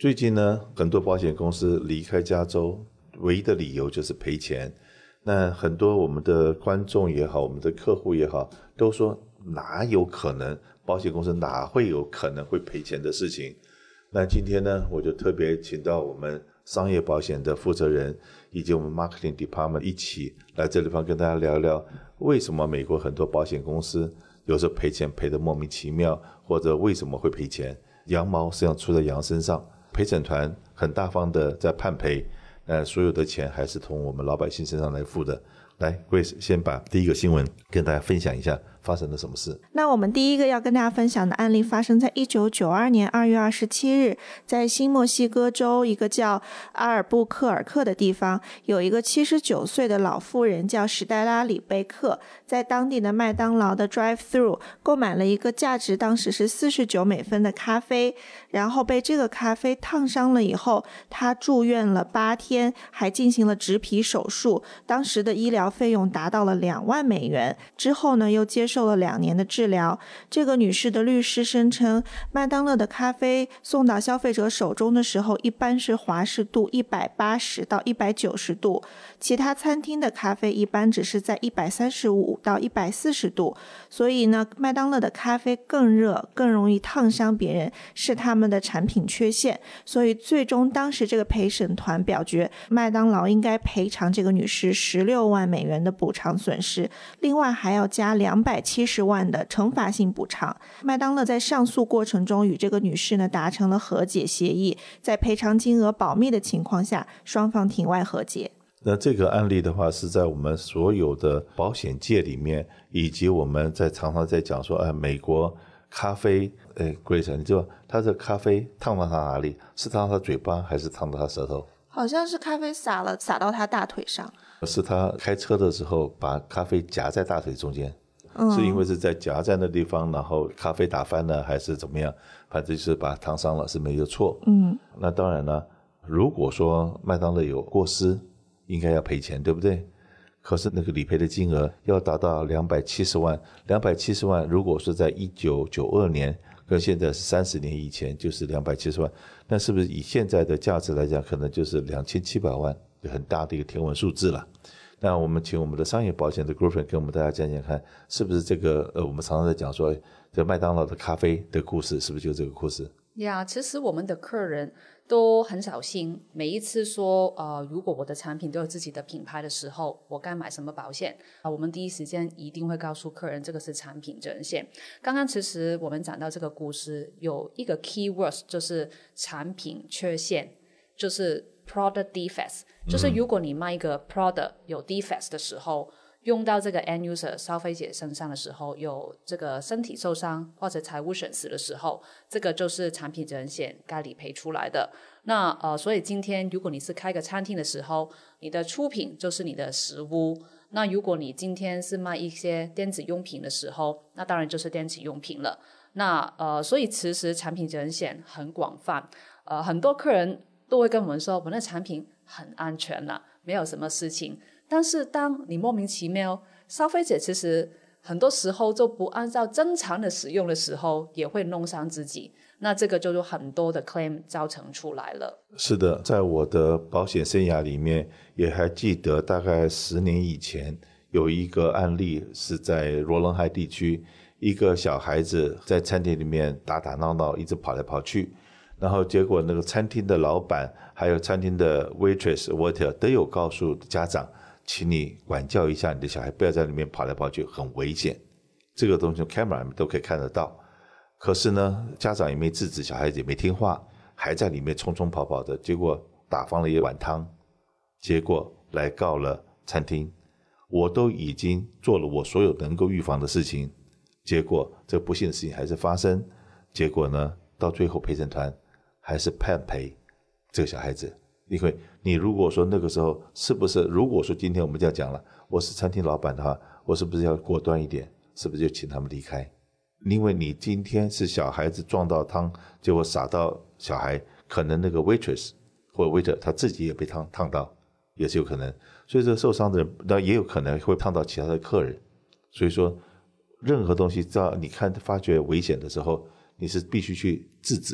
最近呢，很多保险公司离开加州，唯一的理由就是赔钱。那很多我们的观众也好，我们的客户也好，都说哪有可能，保险公司哪会有可能会赔钱的事情。那今天呢，我就特别请到我们商业保险的负责人以及我们 marketing department 一起来这地方跟大家聊聊，为什么美国很多保险公司有时候赔钱赔得莫名其妙，或者为什么会赔钱，羊毛实际上出在羊身上，陪审团很大方的在判赔，所有的钱还是从我们老百姓身上来付的。来 Grace 先把第一个新闻跟大家分享一下发生了什么事。 那我们第一个要跟大家分享的案例发生在1992年2月27日，在新墨西哥州一个叫阿尔布克尔克的地方，有一个79岁的老妇人叫史黛拉里贝克，在当地的麦当劳的 drive-thru 购买了一个价值当时是49美分的咖啡，然后被这个咖啡烫伤了以后，她住院了8天，还进行了植皮手术，当时的医疗费用达到了2万美元，之后呢又接受了2年的治疗。这个女士的律师声称，麦当劳的咖啡送到消费者手中的时候一般是华氏度180到190度，其他餐厅的咖啡一般只是在135到140度，所以呢麦当劳的咖啡更热，更容易烫伤别人，是他们的产品缺陷。所以最终当时这个陪审团表决，麦当劳应该赔偿这个女士16万美元的补偿损失，另外还要加270万的惩罚性补偿。麦当劳在上诉过程中与这个女士呢达成了和解协议，在赔偿金额保密的情况下，双方庭外和解。 那这个案例的话是在我们所有的保险界里面，以及我们常常在讲说美国咖啡Grace 你知道他的咖啡烫到他哪里？是烫到他嘴巴还是烫到他舌头？ 好像是咖啡洒到他大腿上， 是他开车的时候把咖啡夹在大腿中间，是因为是在夹在那地方，然后咖啡打翻了还是怎么样，反正就是把他烫伤了，是没有错。那当然了，如果说麦当劳有过失，应该要赔钱，对不对？可是那个理赔的金额要达到270万，270万如果是在1992年跟现在是30年以前，就是270万，那是不是以现在的价值来讲，可能就是2700万，就很大的一个天文数字了。那我们请我们的商业保险的 Griffin 跟我们大家讲讲看，是不是这个我们常常在讲说这麦当劳的咖啡的故事，是不是就这个故事？ 其实我们的客人都很小心，每一次说如果我的产品都有自己的品牌的时候，我该买什么保险我们第一时间一定会告诉客人这个是产品责任险。刚刚其实我们讲到这个故事有一个 key words， 就是产品缺陷，就是 product defects， 就是如果你卖一个 product 有 defects 的时候，用到这个 end user 消费者身上的时候，有这个身体受伤或者财务损失的时候，这个就是产品责任险该理赔出来的。那所以今天如果你是开个餐厅的时候，你的出品就是你的食物，那如果你今天是卖一些电子用品的时候，那当然就是电子用品了。那所以其实产品责任险很广泛，很多客人都会跟我们说我的产品很安全啦，没有什么事情。但是当你莫名其妙，消费者其实很多时候就不按照正常的使用的时候，也会弄伤自己，那这个就有很多的 claim 造成出来了。 是的，在我的保险生涯里面，也还记得大概10年以前有一个案例，是在罗伦海地区，一个小孩子在餐厅里面打打闹闹，一直跑来跑去，然后结果那个餐厅的老板还有餐厅的 waitress waiter 都有告诉家长，请你管教一下你的小孩，不要在里面跑来跑去，很危险。这个东西 camera 都可以看得到。可是呢，家长也没制止，小孩子也没听话，还在里面冲冲跑跑的，结果打翻了一碗汤，结果来告了餐厅。我都已经做了我所有能够预防的事情，结果这不幸的事情还是发生。结果呢，到最后陪审团还是判赔这个小孩子。因为你如果说那个时候是不是，如果说今天我们这样讲了，我是餐厅老板的话，我是不是要果断一点，是不是就请他们离开？因为你今天是小孩子撞到汤，结果洒到小孩，可能那个 waitress 或者 waiter 他自己也被烫到，也是有可能。所以这个受伤的人那也有可能会烫到其他的客人。所以说任何东西只要你发觉危险的时候，你是必须去制止，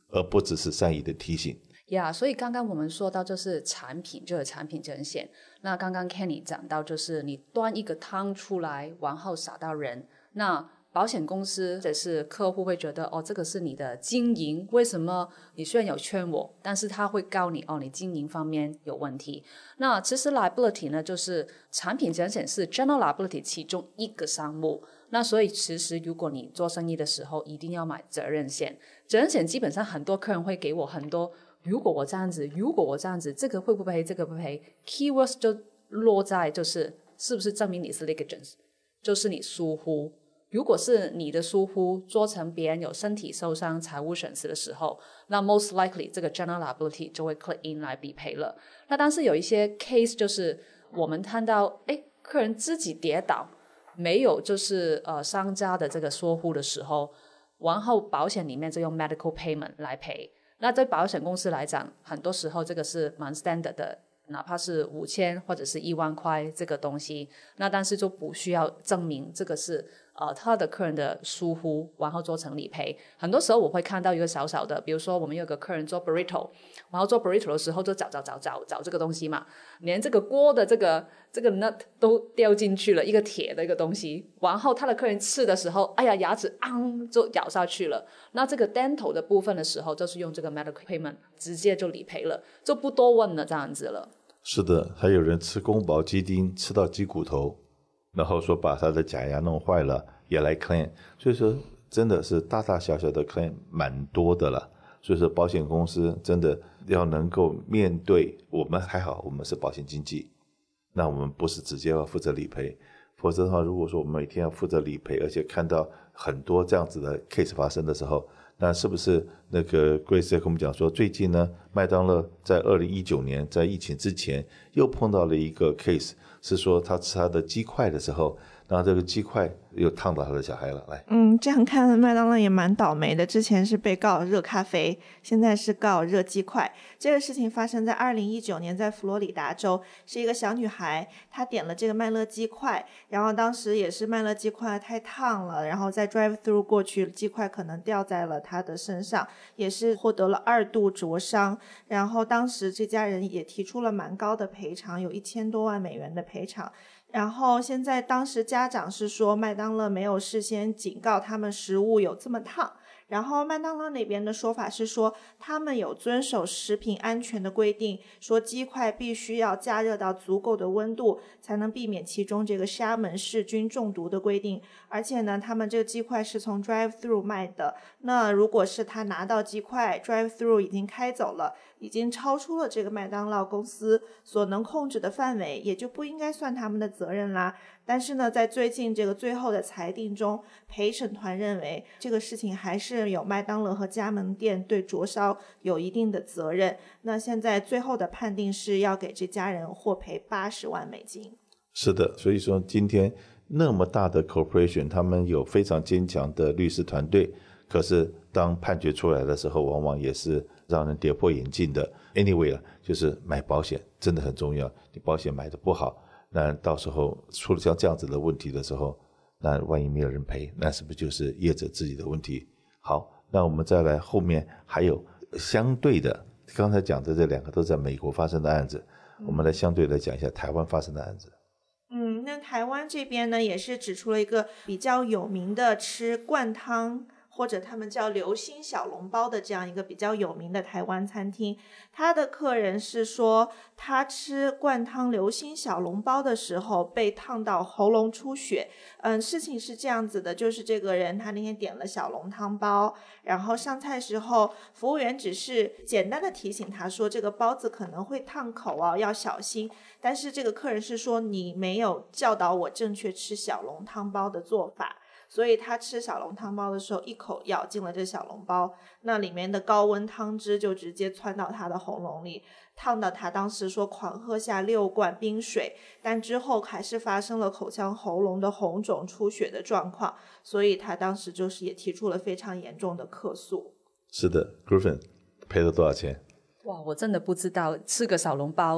而不只是善意的提醒。 所以刚刚我们说到就是产品就有产品责任险，那刚刚 Kenny 讲到就是你端一个汤出来然后撒到人，那保险公司或者是客户会觉得这个是你的经营，为什么你虽然有劝我，但是他会告你你经营方面有问题。那其实 liability 呢，就是产品责任险是 general liability 其中一个项目，那所以其实如果你做生意的时候一定要买责任险。责任险基本上很多客人会给我很多如果我这样子，如果我这样子，这个会不会赔，这个不赔 keywords 就落在就是是不是证明你是 negligence， 就是你疏忽。如果是你的疏忽做成别人有身体受伤财务损失的时候，那 most likely 这个 general liability 就会 click in 来理赔了。那但是有一些 case 就是我们看到客人自己跌倒没有就是商家的这个疏忽的时候，然后保险里面就用 medical payment 来赔。那对保险公司来讲很多时候这个是蛮 standard 的，哪怕是5000或者是1万块这个东西，那但是就不需要证明这个是他的客人的疏忽然后做成理赔。很多时候我会看到一个小小的，比如说我们有个客人做 burrito， 然后做 burrito 的时候就找这个东西嘛，连这个锅的这个 nut 都掉进去了，一个铁的一个东西，然后他的客人吃的时候牙齿就咬下去了。那这个 dental 的部分的时候就是用这个 medical payment 直接就理赔了，就不多问了，这样子了。 是的，还有人吃宫保鸡丁吃到鸡骨头，然后说把他的假牙弄坏了也来 claim， 所以说真的是大大小小的 claim 蛮多的了。所以说保险公司真的要能够面对，我们还好我们是保险经纪，那我们不是直接要负责理赔，否则的话如果说我们每天要负责理赔，而且看到很多这样子的 case 发生的时候，那是不是那个 Grace 跟我们讲说，最近呢麦当劳在2019年在疫情之前又碰到了一个 case， 是说他吃他的鸡块的时候，然后这个鸡块又烫到他的小孩了。来， 这样看麦当劳也蛮倒霉的，之前是被告热咖啡，现在是告热鸡块。这个事情发生在2019年，在佛罗里达州，是一个小女孩，她点了这个麦乐鸡块，然后当时也是麦乐鸡块太烫了，然后在 drive through 过去，鸡块可能掉在了她的身上，也是获得了2度灼伤。然后当时这家人也提出了蛮高的赔偿，有1000多万美元的赔偿。然后现在当时家长是说麦当劳没有事先警告他们食物有这么烫，然后麦当劳那边的说法是说他们有遵守食品安全的规定，说鸡块必须要加热到足够的温度才能避免其中这个沙门氏菌中毒的规定。而且呢他们这个鸡块是从 drive through 卖的，那如果是他拿到鸡块 drive through 已经开走了，已经超出了这个麦当劳公司所能控制的范围，也就不应该算他们的责任啦。但是呢在最近这个最后的裁定中，陪审团认为这个事情还是有麦当劳和加盟店对灼烧有一定的责任。那现在最后的判定是要给这家人获赔80万美金。 是的，所以说今天那么大的 corporation 他们有非常坚强的律师团队，可是当判决出来的时候往往也是让人跌破眼镜的。 anyway 就是买保险真的很重要，你保险买的不好，那到时候出了像这样子的问题的时候，那万一没有人赔，那是不是就是业者自己的问题。好，那我们再来后面还有相对的，刚才讲的这2个都在美国发生的案子，我们来相对来讲一下台湾发生的案子。 那台湾这边呢也是指出了一个比较有名的吃灌汤或者他们叫流心小笼包的这样一个比较有名的台湾餐厅，他的客人是说他吃灌汤流心小笼包的时候被烫到喉咙出血。事情是这样子的，就是这个人他那天点了小笼汤包，然后上菜时候服务员只是简单的提醒他说这个包子可能会烫口要小心，但是这个客人是说你没有教导我正确吃小笼汤包的做法，所以他吃小笼汤包的时候一口咬进了这小笼包，那里面的高温汤汁就直接窜到他的喉咙里，烫到他当时说狂喝下6罐冰水，但之后还是发生了口腔喉咙的红肿出血的状况，所以他当时就是也提出了非常严重的客诉。 是的 Griffin 赔了多少钱？ 哇，我真的不知道，吃个小笼包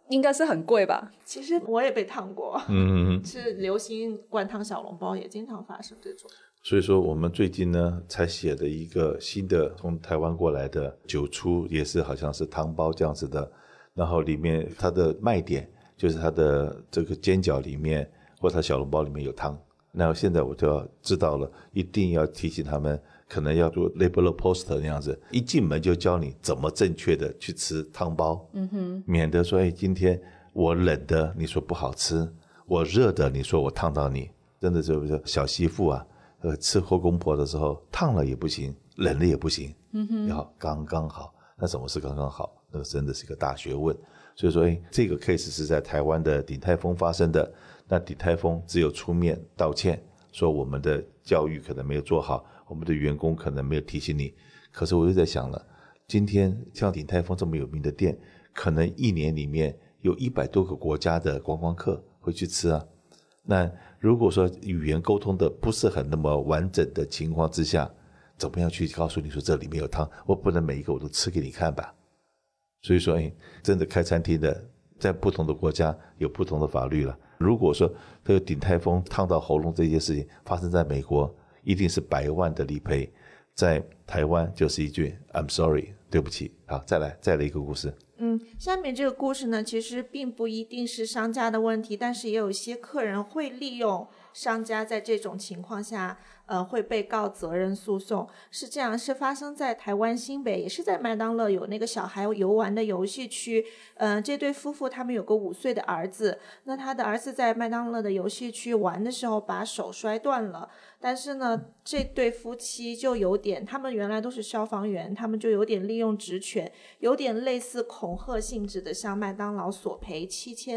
应该是很贵吧。 其实我也被烫过，是流行灌汤小笼包也经常发生这种。 所以说我们最近呢才写的一个新的从台湾过来的酒出，也是好像是汤包这样子的，然后里面它的卖点就是它的这个煎饺里面或它小笼包里面有汤。那现在我就要知道了，一定要提醒他们，可能要做 label poster 那样子，一进门就教你怎么正确的去吃汤包，免得说今天我冷的你说不好吃，我热的你说我烫到你，真的就是小媳妇啊，伺候公婆的时候烫了也不行，冷了也不行，要刚刚好。那什么是刚刚好？那个真的是一个大学问。所以说这个 case 是在台湾的鼎泰丰发生的，那鼎泰丰只有出面道歉，说我们的教育可能没有做好，我们的员工可能没有提醒你。可是我就在想了，今天像鼎泰丰这么有名的店，可能一年里面有100多个国家的观光客会去吃啊。那如果说语言沟通的不是很那么完整的情况之下，怎么样去告诉你说这里面有汤？我不能每一个我都吃给你看吧。所以说真的开餐厅的在不同的国家有不同的法律了。如果说这个鼎泰丰烫到喉咙这件事情发生在美国，一定是100万的理赔，在台湾就是一句 I'm sorry 对不起。好，再来一个故事。 下面这个故事呢，其实并不一定是商家的问题，但是也有一些客人会利用商家在这种情况下会被告责任诉讼。是这样，是发生在台湾新北，也是在麦当劳有那个小孩游玩的游戏区。这对夫妇他们有个5岁的儿子，那他的儿子在麦当劳的游戏区玩的时候把手摔断了，但是呢这对夫妻就有点，他们原来都是消防员，他们就有点利用职权，有点类似恐吓性质的向麦当劳索赔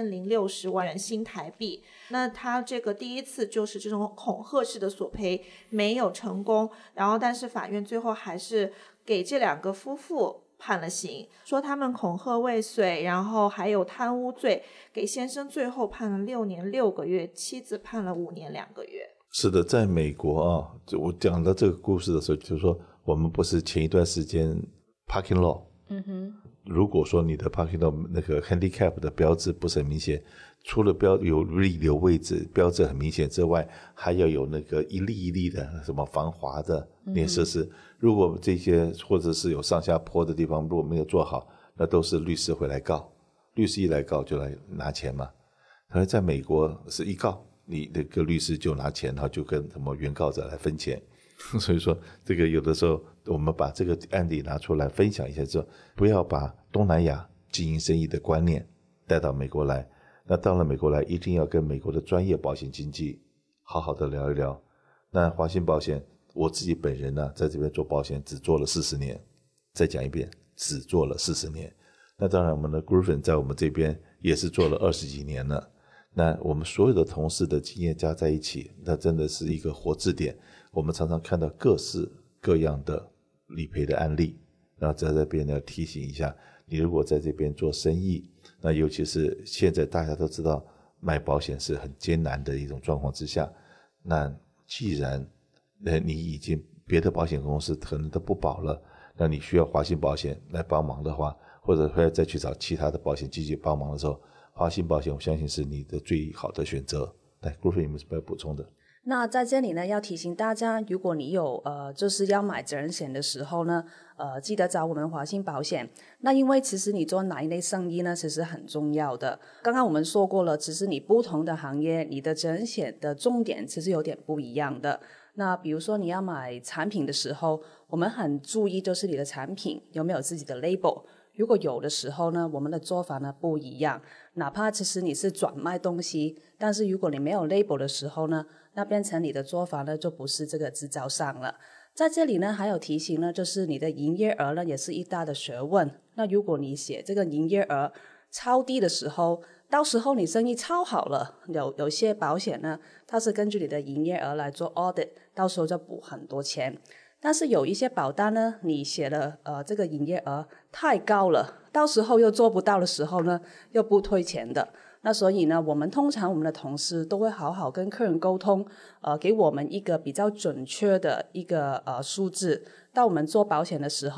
7060万元新台币。那他这个第一次就是这种恐吓式的索赔没有成功，然后但是法院最后还是给这2个夫妇判了刑，说他们恐吓未遂，然后还有贪污罪，给先生最后判了6年6个月，妻子判了5年2个月。 是的，在美国啊，我讲到这个故事的时候，就是说我们不是前一段时间 parking law，如果说你的 parking law 那个 handicap 的标志不是很明显，除了有立留位置标志很明显之外，还要有那个一粒一粒的什么防滑的那些设施，如果这些或者是有上下坡的地方如果没有做好，那都是律师会来告，律师一来告就来拿钱嘛。而在美国是一告你那个律师就拿钱，然后就跟什么原告者来分钱。所以说这个有的时候我们把这个案例拿出来分享一下之后，不要把东南亚经营生意的观念带到美国来。那到了美国来，一定要跟美国的专业保险经纪好好的聊一聊。那华信保险我自己本人呢，在这边做保险只做了40年，再讲一遍，只做了40年。那当然我们的 Griffin 在我们这边也是做了20几年了。那我们所有的同事的经验加在一起，那真的是一个活字典。我们常常看到各式各样的理赔的案例，然后在这边呢提醒一下，你如果在这边做生意，那尤其是现在大家都知道买保险是很艰难的一种状况之下，那既然你已经别的保险公司可能都不保了，那你需要华信保险来帮忙的话，或者会再去找其他的保险经纪帮忙的时候，华信保险我相信是你的最好的选择。来 Griffin 有没有什么要补充的？ 那在这里呢，要提醒大家，如果你有就是要买责任险的时候呢，记得找我们华信保险。那因为其实你做哪一类生意呢，其实很重要的。刚刚我们说过了，其实你不同的行业，你的责任险的重点其实有点不一样的。那比如说你要买产品的时候，我们很注意就是你的产品有没有自己的 label。如果有的时候呢，我们的做法呢不一样。哪怕其实你是转卖东西，但是如果你没有 label 的时候呢，那变成你的做法呢就不是这个制造商了。在这里呢还有提醒呢，就是你的营业额呢也是一大的学问。那如果你写这个营业额超低的时候，到时候你生意超好了，有些保险呢它是根据你的营业额来做 audit， 到时候就补很多钱。但是有一些保单呢，你写了这个营业额太高了，到时候又做不到的时候呢，又不退钱的。那所以呢，我们通常我们的同事都会好好跟客人沟通，给我们一个比较准确的一个数字。到我们做保险的时候，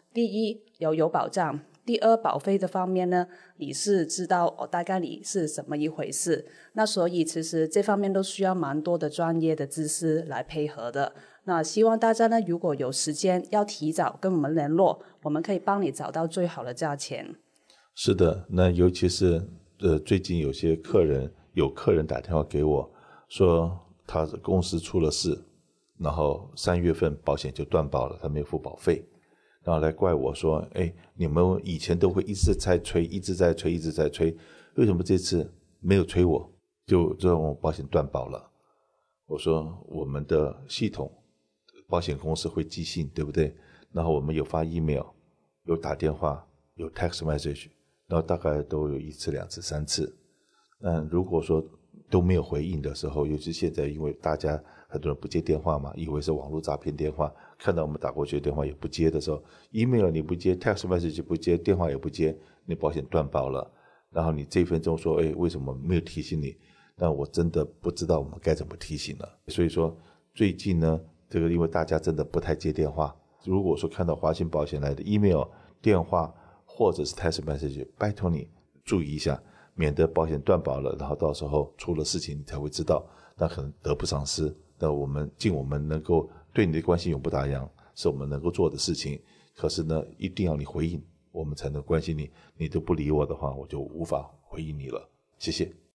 第一有保障，第二保费的方面呢，你是知道大概你是什么一回事，那所以其实这方面都需要蛮多的专业的知识来配合的。那希望大家呢，如果有时间要提早跟我们联络，我们可以帮你找到最好的价钱。 是的，那尤其是最近有客人打电话给我说他公司出了事，然后3月份保险就断保了，他没有付保费，然后来怪我说你们以前都会一直在催，一直在催，为什么这次没有催我就让我保险断保了？我说我们的系统保险公司会寄信，对不对？然后我们有发 email， 有打电话，有 text message， 然后大概都有1次2次3次。如果说都没有回应的时候，尤其现在因为大家很多人不接电话嘛，以为是网络诈骗电话，看到我们打过去的电话也不接的时候， email 你不接， text message 不接，电话也不接，你保险断保了，然后你这1分钟说为什么没有提醒你，但我真的不知道我们该怎么提醒了。所以说最近呢，这个因为大家真的不太接电话，如果说看到华信保险来的 email 电话或者是 text message， 拜托你注意一下，免得保险断保了，然后到时候出了事情你才会知道，那可能得不偿失。那我们尽我们能够对你的关心永不打烊，是我们能够做的事情，可是呢一定要你回应，我们才能关心你，你都不理我的话，我就无法回应你了。谢谢。